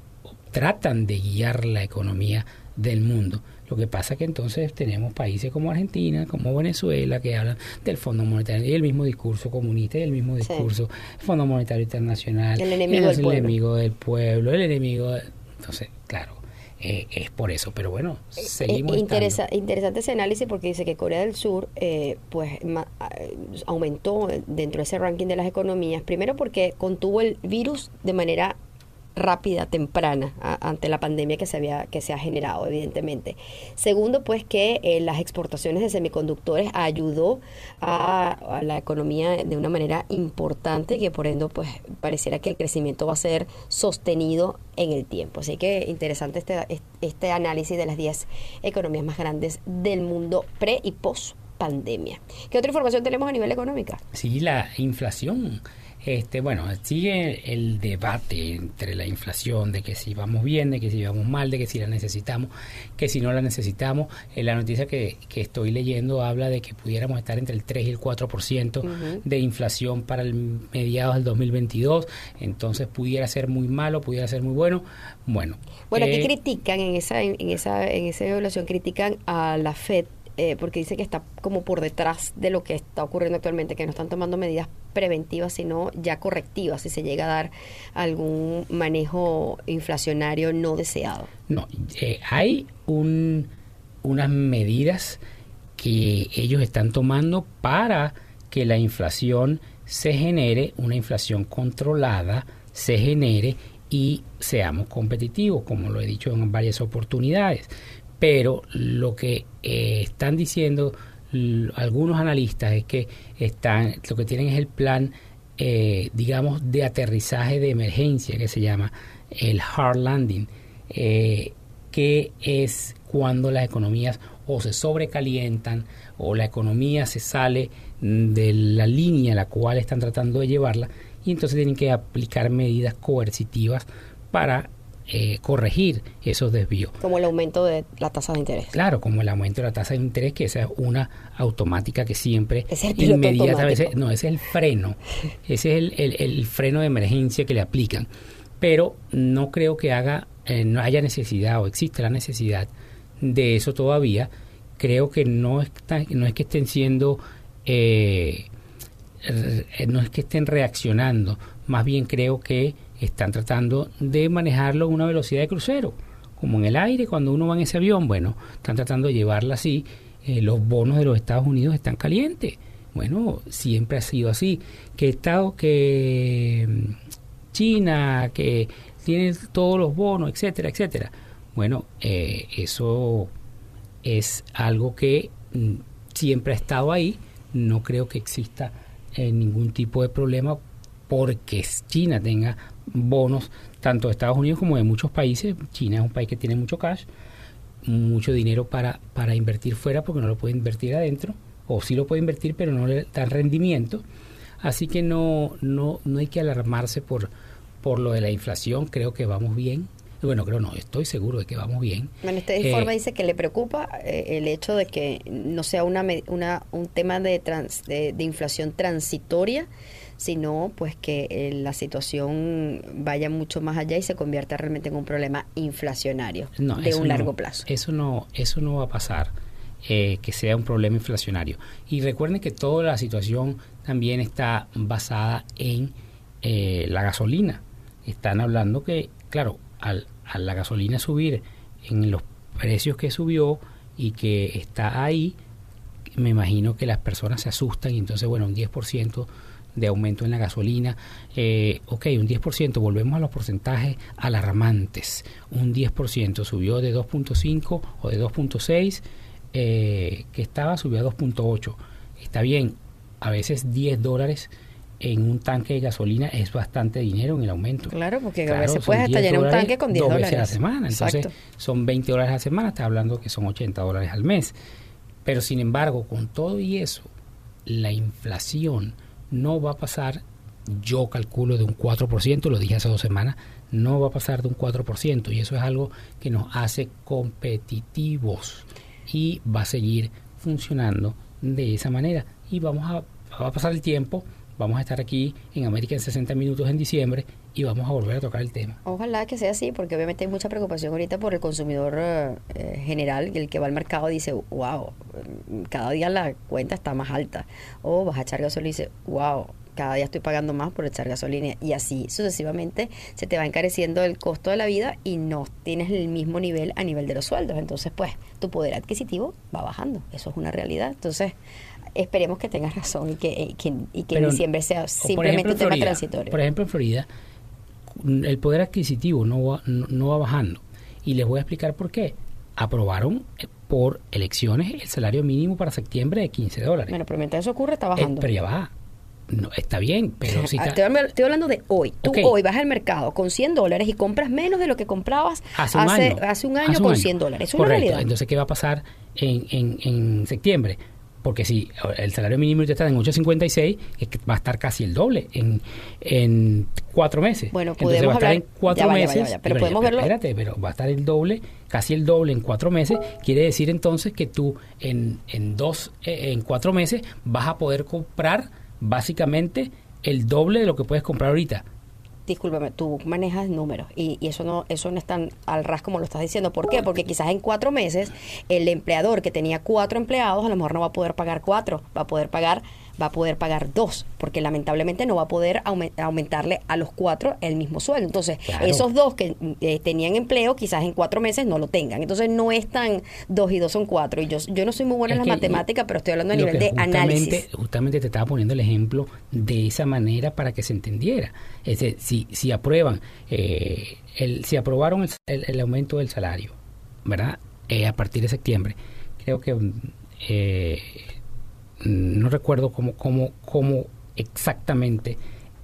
tratan de guiar la economía del mundo. Lo que pasa que entonces tenemos países como Argentina, como Venezuela, que hablan del Fondo Monetario y el mismo discurso comunista y el mismo Sí. discurso Fondo Monetario Internacional, El enemigo es del el pueblo. enemigo del pueblo, el enemigo de- entonces, claro, eh, es por eso, pero bueno, seguimos Eh, interesa- estando. interesante ese análisis porque dice que Corea del Sur eh, pues ma- eh, aumentó dentro de ese ranking de las economías, primero porque contuvo el virus de manera rápida, temprana, a, ante la pandemia que se había que se ha generado, evidentemente. Segundo, pues que eh, las exportaciones de semiconductores ayudó a, a la economía de una manera importante, que por ende pues pareciera que el crecimiento va a ser sostenido en el tiempo. Así que interesante este, este análisis de las diez economías más grandes del mundo pre y post pandemia. ¿Qué otra información tenemos a nivel económica? Sí, la inflación. Este, bueno, sigue el debate entre la inflación, de que si vamos bien, de que si vamos mal, de que si la necesitamos, que si no la necesitamos. Eh, la noticia que, que estoy leyendo habla de que pudiéramos estar entre el tres y el cuatro por ciento uh-huh. de inflación para el mediados del dos mil veintidós. Entonces pudiera ser muy malo, pudiera ser muy bueno. Bueno, bueno eh, aquí critican, en esa, en, esa, en esa evaluación, critican a la Fed, Eh, porque dice que está como por detrás de lo que está ocurriendo actualmente, que no están tomando medidas preventivas, sino ya correctivas, si se llega a dar algún manejo inflacionario no deseado. No, eh, hay un, unas medidas que ellos están tomando para que la inflación se genere, una inflación controlada, se genere y seamos competitivos, como lo he dicho en varias oportunidades. Pero lo que eh, están diciendo l- algunos analistas es que están, lo que tienen es el plan, eh, digamos, de aterrizaje de emergencia, que se llama el hard landing, eh, que es cuando las economías o se sobrecalientan o la economía se sale de la línea a la cual están tratando de llevarla, y entonces tienen que aplicar medidas coercitivas para Eh, corregir esos desvíos. Como el aumento de la tasa de interés. Claro, como el aumento de la tasa de interés, que esa es una automática que siempre es el piloto inmediatamente, automático. no, ese es el freno, ese es el, el, el freno de emergencia que le aplican. Pero no creo que haga, eh, no haya necesidad o existe la necesidad de eso todavía. Creo que no está, no es que estén siendo, eh, no es que estén reaccionando, más bien creo que están tratando de manejarlo a una velocidad de crucero, como en el aire cuando uno va en ese avión. Bueno, están tratando de llevarla así. Eh, los bonos de los Estados Unidos están calientes. Bueno, siempre ha sido así. Que Estados, que China, que tiene todos los bonos, etcétera, etcétera. Bueno, eh, eso es algo que mm, siempre ha estado ahí. No creo que exista eh, ningún tipo de problema porque China tenga bonos tanto de Estados Unidos como de muchos países. China es un país que tiene mucho cash, mucho dinero para, para invertir fuera, porque no lo puede invertir adentro, o sí lo puede invertir pero no le da rendimiento. Así que no no no hay que alarmarse por, por lo de la inflación. Creo que vamos bien. Bueno, creo no, estoy seguro de que vamos bien. Bueno, este informe eh, dice que le preocupa eh, el hecho de que no sea una, una un tema de, trans, de, de inflación transitoria, sino pues que eh, la situación vaya mucho más allá y se convierta realmente en un problema inflacionario no, de un largo no, plazo. Eso no, eso no va a pasar, eh, que sea un problema inflacionario. Y recuerden que toda la situación también está basada en eh, la gasolina. Están hablando que, claro, al, a la gasolina subir en los precios que subió y que está ahí, me imagino que las personas se asustan y entonces, bueno, un diez por ciento de aumento en la gasolina, eh, ok, un diez por ciento, volvemos a los porcentajes alarmantes, un diez por ciento subió de dos punto cinco o de dos punto seis, eh, que estaba, subió a dos punto ocho, está bien, a veces diez dólares en un tanque de gasolina es bastante dinero en el aumento. Claro, porque claro, a veces puedes hasta llenar un tanque con diez dos dólares. veces a la semana, entonces Exacto. son veinte dólares a la semana, está hablando que son ochenta dólares al mes. Pero sin embargo, con todo y eso, la inflación no va a pasar, yo calculo, de un cuatro por ciento, lo dije hace dos semanas, no va a pasar de un cuatro por ciento, y eso es algo que nos hace competitivos y va a seguir funcionando de esa manera. Y vamos a, va a pasar el tiempo, vamos a estar aquí en América en sesenta minutos en diciembre y vamos a volver a tocar el tema. Ojalá que sea así, porque obviamente hay mucha preocupación ahorita por el consumidor eh, general, el que va al mercado y dice, wow, cada día la cuenta está más alta. O vas a echar gasolina y dice, wow, cada día estoy pagando más por echar gasolina. Y así sucesivamente se te va encareciendo el costo de la vida y no tienes el mismo nivel a nivel de los sueldos. Entonces, pues, tu poder adquisitivo va bajando. Eso es una realidad. Entonces, esperemos que tengas razón y que, y que, y que Pero, en diciembre sea simplemente ejemplo, un tema Florida, transitorio. Por ejemplo, en Florida, el poder adquisitivo no va, no, no va bajando. Y les voy a explicar por qué. Aprobaron eh, por elecciones el salario mínimo para septiembre de quince dólares. Bueno, pero mientras eso ocurre, está Eh, bajando. pero ya va. No, está bien, pero si Ah, está, estoy, estoy hablando de hoy. Tú Ok. hoy vas al mercado con cien dólares y compras menos de lo que comprabas hace un año, hace un año hace con cien dólares. Es una Correcto. realidad. Entonces, ¿qué va a pasar en, en, en septiembre? Porque si el salario mínimo ya está en ocho cincuenta y seis, es que va a estar casi el doble en, en cuatro meses. Bueno, Entonces podemos va a estar hablar- en cuatro ya va, ya va, meses. ya va, pero ya, podemos verlo- Espérate, pero va a estar el doble, casi el doble en cuatro meses. Quiere decir entonces que tú en, en dos, eh, en cuatro meses vas a poder comprar básicamente el doble de lo que puedes comprar ahorita. Discúlpame, tú manejas números y, y eso no eso no es tan al ras como lo estás diciendo. ¿Por qué? Porque quizás en cuatro meses el empleador que tenía cuatro empleados a lo mejor no va a poder pagar cuatro, va a poder pagar va a poder pagar dos, porque lamentablemente no va a poder aumen- aumentarle a los cuatro el mismo sueldo. Entonces, Claro. esos dos que eh, tenían empleo quizás en cuatro meses no lo tengan. Entonces, no es tan dos y dos son cuatro. Y yo, yo no soy muy buena Es en la que matemática, pero estoy hablando a lo nivel que de justamente- análisis. Justamente te estaba poniendo el ejemplo de esa manera para que se entendiera. Es decir, si, si aprueban, eh, el, si aprobaron el, el- el aumento del salario, ¿verdad? Eh, a partir de septiembre, creo que eh, no recuerdo cómo, cómo, cómo exactamente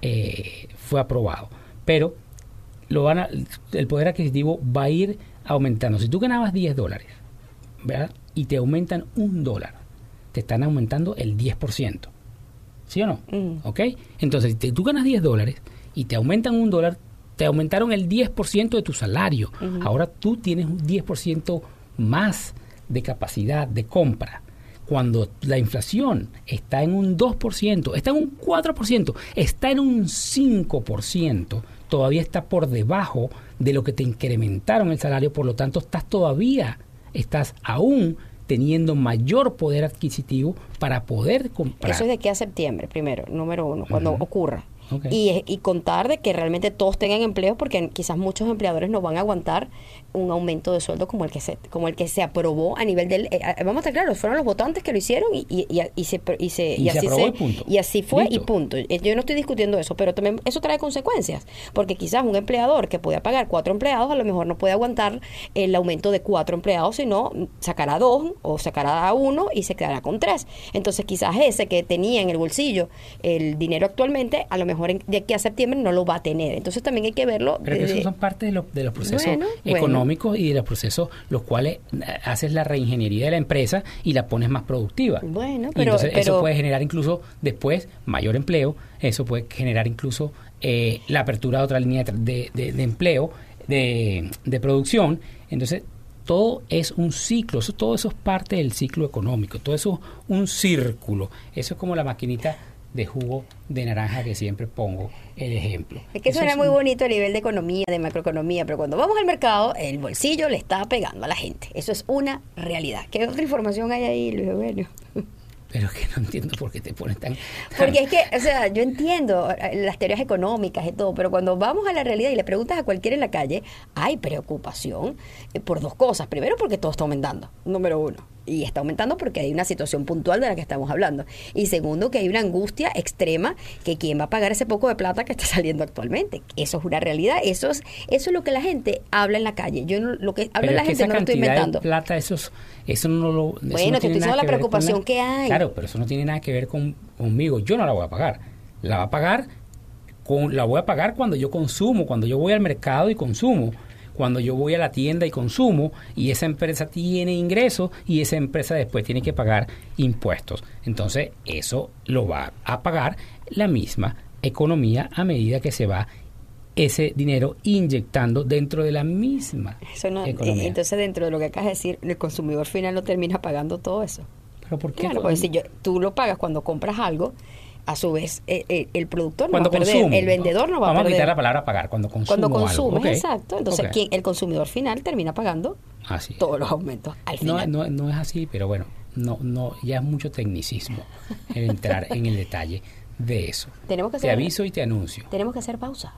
eh, fue aprobado, pero lo van a, el poder adquisitivo va a ir aumentando. Si tú ganabas diez dólares, ¿verdad? Y te aumentan un dólar, te están aumentando el diez por ciento. ¿Sí o no? Mm. ¿Ok? Entonces, si tú ganas diez dólares y te aumentan un dólar, te aumentaron el diez por ciento de tu salario. Ujú. Ahora tú tienes un diez por ciento más de capacidad de compra. Cuando la inflación está en un dos por ciento, está en un cuatro por ciento, está en un cinco por ciento, todavía está por debajo de lo que te incrementaron el salario, por lo tanto estás todavía, estás aún teniendo mayor poder adquisitivo para poder comprar. Eso es de aquí a septiembre, primero, número uno, cuando Ujú. ocurra. Ok. Y, y contar de que realmente todos tengan empleo, porque quizás muchos empleadores no van a aguantar un aumento de sueldo como el que se como el que se aprobó a nivel del... eh, eh, vamos a estar claros, fueron los votantes que lo hicieron y, y, y, y se, y, se, Y se así aprobó se- y punto. y así fue y Listo. punto. Eh, Yo no estoy discutiendo eso, pero también eso trae consecuencias, porque quizás un empleador que podía pagar cuatro empleados a lo mejor no puede aguantar el aumento de cuatro empleados, sino sacará dos o sacará uno y se quedará con tres. Entonces quizás ese que tenía en el bolsillo el dinero actualmente, a lo mejor en- de aquí a septiembre no lo va a tener. Entonces también hay que verlo. Pero que desde- esos son parte de, los de los procesos Bueno, bueno. económicos y de los procesos los cuales eh, haces la reingeniería de la empresa y la pones más productiva. Bueno, Y pero- entonces eso pero- puede generar incluso después mayor empleo, eso puede generar incluso eh, la apertura de otra línea de, de- de- de empleo, de, de producción. Entonces todo es un ciclo, eso, todo eso es parte del ciclo económico, todo eso es un círculo. Eso es como la maquinita de jugo de naranja que siempre pongo el ejemplo. Es que Eso suena es muy un- bonito a nivel de economía, de macroeconomía, pero cuando vamos al mercado, el bolsillo le está pegando a la gente. Eso es una realidad. ¿Qué otra información hay ahí, Luis Eugenio? Pero que no entiendo por qué te pones tan... tan- Porque es que, o sea, yo entiendo eh, las teorías económicas y todo, pero cuando vamos a la realidad y le preguntas a cualquiera en la calle, hay preocupación eh, por dos cosas. Primero, porque todo está aumentando, número uno. Y está aumentando porque hay una situación puntual de la que estamos hablando. Y segundo, que hay una angustia extrema que quién va a pagar ese poco de plata que está saliendo actualmente. Eso es una realidad. Eso es, eso es lo que la gente habla en la calle. Yo no- lo que habla Pero la es que gente esa no lo estoy cantidad inventando. de plata, eso, es- eso no lo... eso Bueno, no te tiene estoy diciendo nada la que ver con preocupación que hay. Claro, pero eso no tiene nada que ver con, conmigo. Yo no la voy a pagar. La va a pagar, con, la voy a pagar cuando yo consumo, cuando yo voy al mercado y consumo, cuando yo voy a la tienda y consumo, y esa empresa tiene ingresos y esa empresa después tiene que pagar impuestos. Entonces, eso lo va a pagar la misma economía a medida que se va ese dinero inyectando dentro de la misma Eso no- economía. eh, entonces, dentro de lo que acabas de decir, el consumidor final no termina pagando todo eso. ¿Pero por qué? Claro, porque si yo, tú lo pagas cuando compras algo, a su vez eh, eh, el productor no Cuando va a perder, consumo. el vendedor no va Vamos a perder. quitar la palabra pagar, cuando consumo Cuando algo. consumes, Ok, exacto. Entonces, ok. ¿quién? El consumidor final termina pagando Así es. todos los aumentos al No, final. no, no es así, pero bueno, no, no, ya es mucho tecnicismo el entrar en el detalle de eso. Tenemos que Te hacer- aviso y te anuncio. Tenemos que hacer pausa.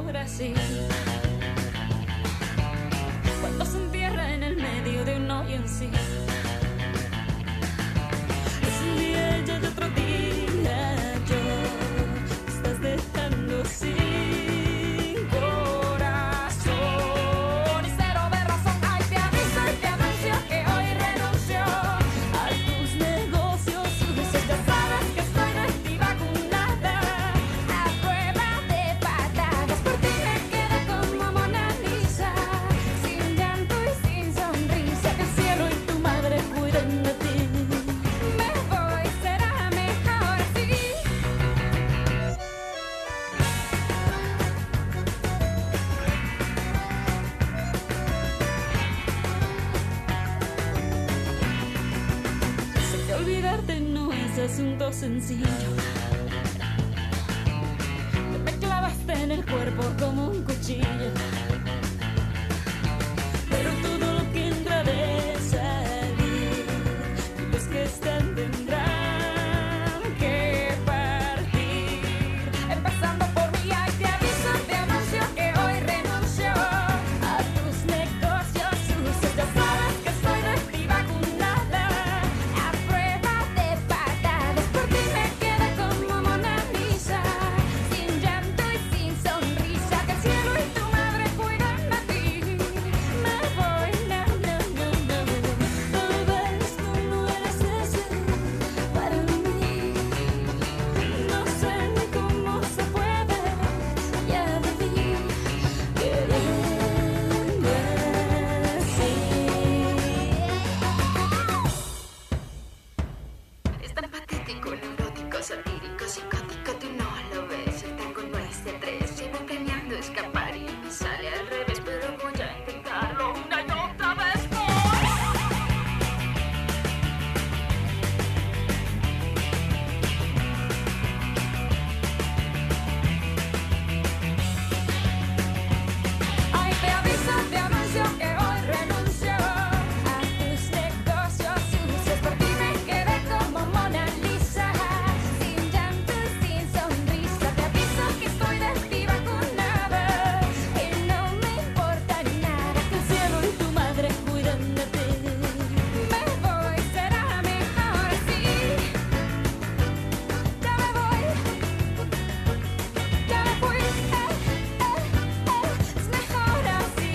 ahora sí. Cuando se entierra en el medio de un hoyo en sí. Es un día y otro día yo me estás dejando sin corazón y cero de razón. Ay, te aviso y te anuncio que hoy renuncio a tus negocios sucios. Ya sabes que estoy antivacunada, a prueba de patadas. Por ti me quedé como Mona Lisa, sin llanto y sin sonrisa. Que el cielo y tu madre cuiden de ti. Me voy, será mejor así. Sé que olvidarte no es asunto sencillo. Me clavaste en el cuerpo como un cuchillo. Pero todo lo que entra de salir, los que están tendrán que partir. Empezando por mí, ay, te aviso, te anuncio que hoy renuncio a tus negocios sucios. Ya sabes que estoy antivacunada, a prueba de patadas. Por ti me quedé como Mona Lisa, sin llanto y sin sonrisa. Que el cielo y tu madre cuidan de ti. Me voy, no, no, no, no. Tal vez tú no eres ese para mí. No sé ni cómo se puede, ya viví queriendo así. Es tan patético, neurótico, satírico, psicótico, tú no lo ves. El tango no es de tres, llevo planeando escapar y me sale al revés, pero voy a intentarlo una y otra vez. Ay, te aviso, te anuncio que hoy renuncio a tus negocios sucios. Por ti me quedé como Mona Lisa, sin llanto y sin sonrisa. Te aviso que estoy antivacunada y no me importa nada. Que el cielo y tu madre cuidan de ti. Me voy, será mejor así. Ya me voy, ya me fui, eh, eh, eh, es mejor así.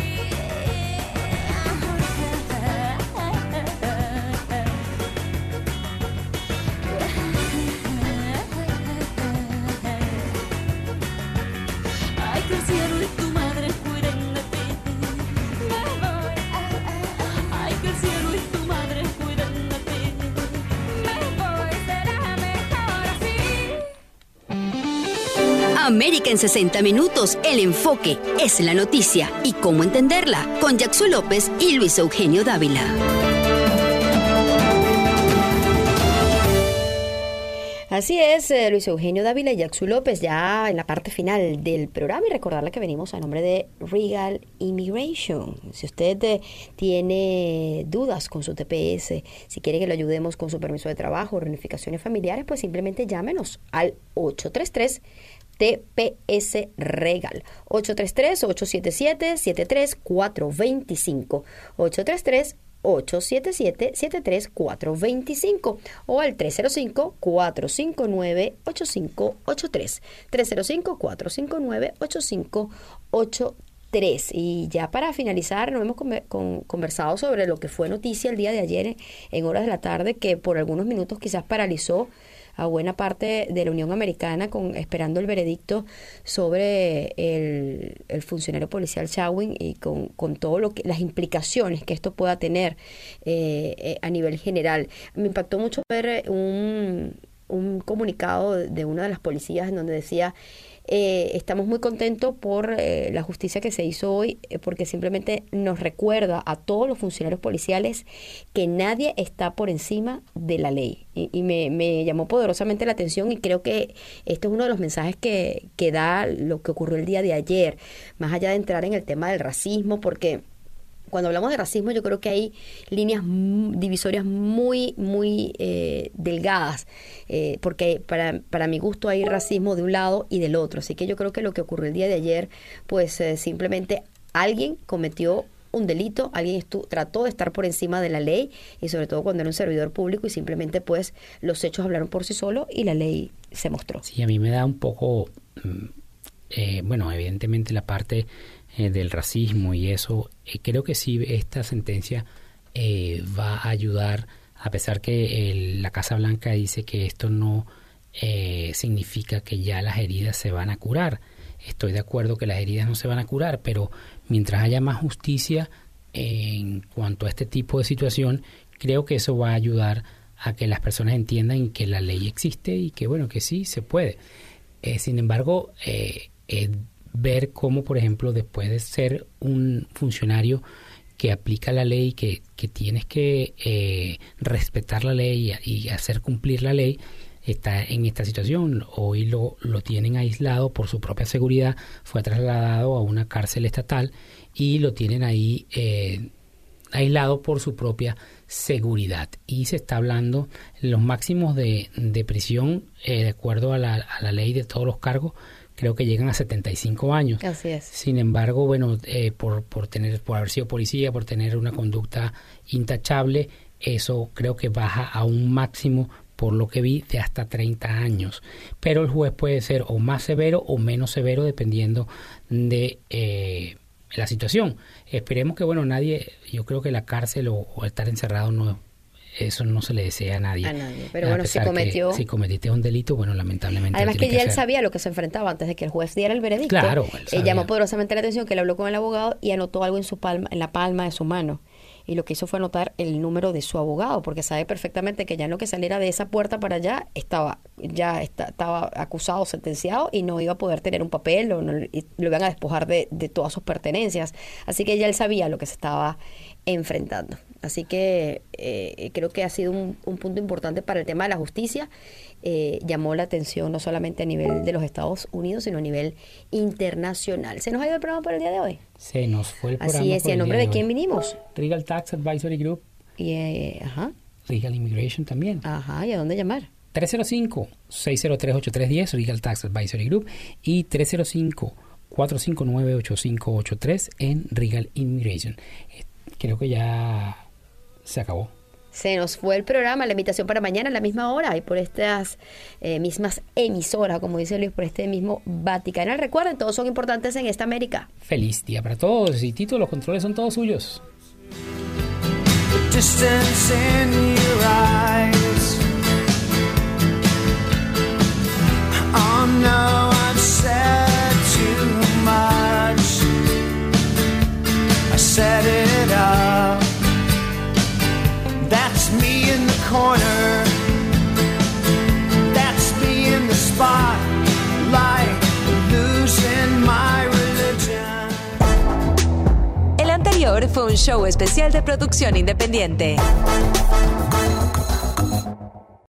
Ay, que el cielo y tu madre cuiden de ti. Me voy, ay, que el cielo y tu madre cuiden de ti. Me voy, será mejor así. América en sesenta minutos, el enfoque es la noticia y cómo entenderla, con Jackson López y Luis Eugenio Dávila. Así es, eh, Luis Eugenio Dávila y Jackson López ya en la parte final del programa, y recordarle que venimos a nombre de Regal Immigration. Si usted eh, tiene dudas con su T P S, si quiere que lo ayudemos con su permiso de trabajo, reunificaciones familiares, pues simplemente llámenos al ocho tres tres T P S Regal, ocho tres tres, ocho siete siete, siete tres cuatro dos cinco, ocho tres tres, ocho siete siete, siete tres cuatro dos cinco o al tres cero cinco, cuatro cinco nueve, ocho cinco ocho tres, tres cero cinco, cuatro cinco nueve, ocho cinco ocho tres. Y ya para finalizar, nos hemos conver- con- conversado sobre lo que fue noticia el día de ayer en, en horas de la tarde, que por algunos minutos quizás paralizó a buena parte de la Unión Americana con esperando el veredicto sobre el, el funcionario policial Chauvin y con, con todo lo que las implicaciones que esto pueda tener eh, eh, a nivel general. Me impactó mucho ver un, un comunicado de una de las policías en donde decía: Eh, estamos muy contentos por eh, la justicia que se hizo hoy, eh, porque simplemente nos recuerda a todos los funcionarios policiales que nadie está por encima de la ley. Y, y me, me llamó poderosamente la atención, y creo que este es uno de los mensajes que, que da lo que ocurrió el día de ayer, más allá de entrar en el tema del racismo, porque cuando hablamos de racismo, yo creo que hay líneas m- divisorias muy, muy eh, delgadas, eh, porque para, para mi gusto hay racismo de un lado y del otro. Así que yo creo que lo que ocurrió el día de ayer, pues eh, simplemente alguien cometió un delito, alguien estu- trató de estar por encima de la ley, y sobre todo cuando era un servidor público, y simplemente pues los hechos hablaron por sí solos y la ley se mostró. Sí, a mí me da un poco, eh, bueno, evidentemente la parte eh, del racismo y eso, eh, creo que sí esta sentencia eh, va a ayudar, a pesar que el, la Casa Blanca dice que esto no eh, significa que ya las heridas se van a curar. Estoy de acuerdo que las heridas no se van a curar, pero mientras haya más justicia eh, en cuanto a este tipo de situación, creo que eso va a ayudar a que las personas entiendan que la ley existe y que, bueno, que sí se puede. Eh, sin embargo, eh, eh, ver cómo, por ejemplo, después de ser un funcionario que aplica la ley, que, que tienes que eh, respetar la ley y, y hacer cumplir la ley, está en esta situación. Hoy lo, lo tienen aislado por su propia seguridad, fue trasladado a una cárcel estatal y lo tienen ahí eh, aislado por su propia seguridad. Y se está hablando los máximos de, de prisión, eh, de acuerdo a la, a la ley de todos los cargos, creo que llegan a setenta y cinco años. Así es. Sin embargo, bueno, eh, por, por, tener, por haber sido policía, por tener una conducta intachable, eso creo que baja a un máximo, por lo que vi, de hasta treinta años. Pero el juez puede ser o más severo o menos severo dependiendo de eh, la situación. Esperemos que, bueno, nadie, yo creo que la cárcel o, o estar encerrado, no, eso no se le desea a nadie. A nadie. Pero A bueno, si pesar cometió... que, si cometiste un delito, bueno, lamentablemente... Además lo que tienes ya él hacer. sabía lo que se enfrentaba antes de que el juez diera el veredicto. Claro, él Eh, sabía. llamó poderosamente la atención que él habló con el abogado y anotó algo en su palma, en la palma de su mano. Y lo que hizo fue anotar el número de su abogado, porque sabe perfectamente que ya en lo que saliera de esa puerta para allá estaba ya está, estaba acusado, sentenciado, y no iba a poder tener un papel o no, y lo iban a despojar de, de todas sus pertenencias. Así que ya él sabía lo que se estaba enfrentando. Así que eh, creo que ha sido un, un punto importante para el tema de la justicia. Eh, llamó la atención no solamente a nivel de los Estados Unidos, sino a nivel internacional. ¿Se nos ha ido el programa por el día de hoy? Se nos fue el programa. Así es, por ¿y en el nombre día de quién hoy. vinimos? Regal Tax Advisory Group, Y, eh, ajá, Legal Immigration también. ajá, ¿y a dónde llamar? tres cero cinco, seis cero tres, ocho tres uno cero, Legal Tax Advisory Group, y tres cero cinco, cuatro cinco nueve, ocho cinco ocho tres en Regal Immigration. Eh, Creo que ya se acabó. Se nos fue el programa, la invitación para mañana a la misma hora y por estas eh, mismas emisoras, como dice Luis, por este mismo Vaticano. Recuerden, todos son importantes en esta América. Feliz día para todos. Y Tito, los controles son todos suyos. Distance in your eyes. Oh no, I've said too much. I set it up. That's me in the corner. That's me in the spotlight, losing my religion. El anterior fue un show especial de producción independiente.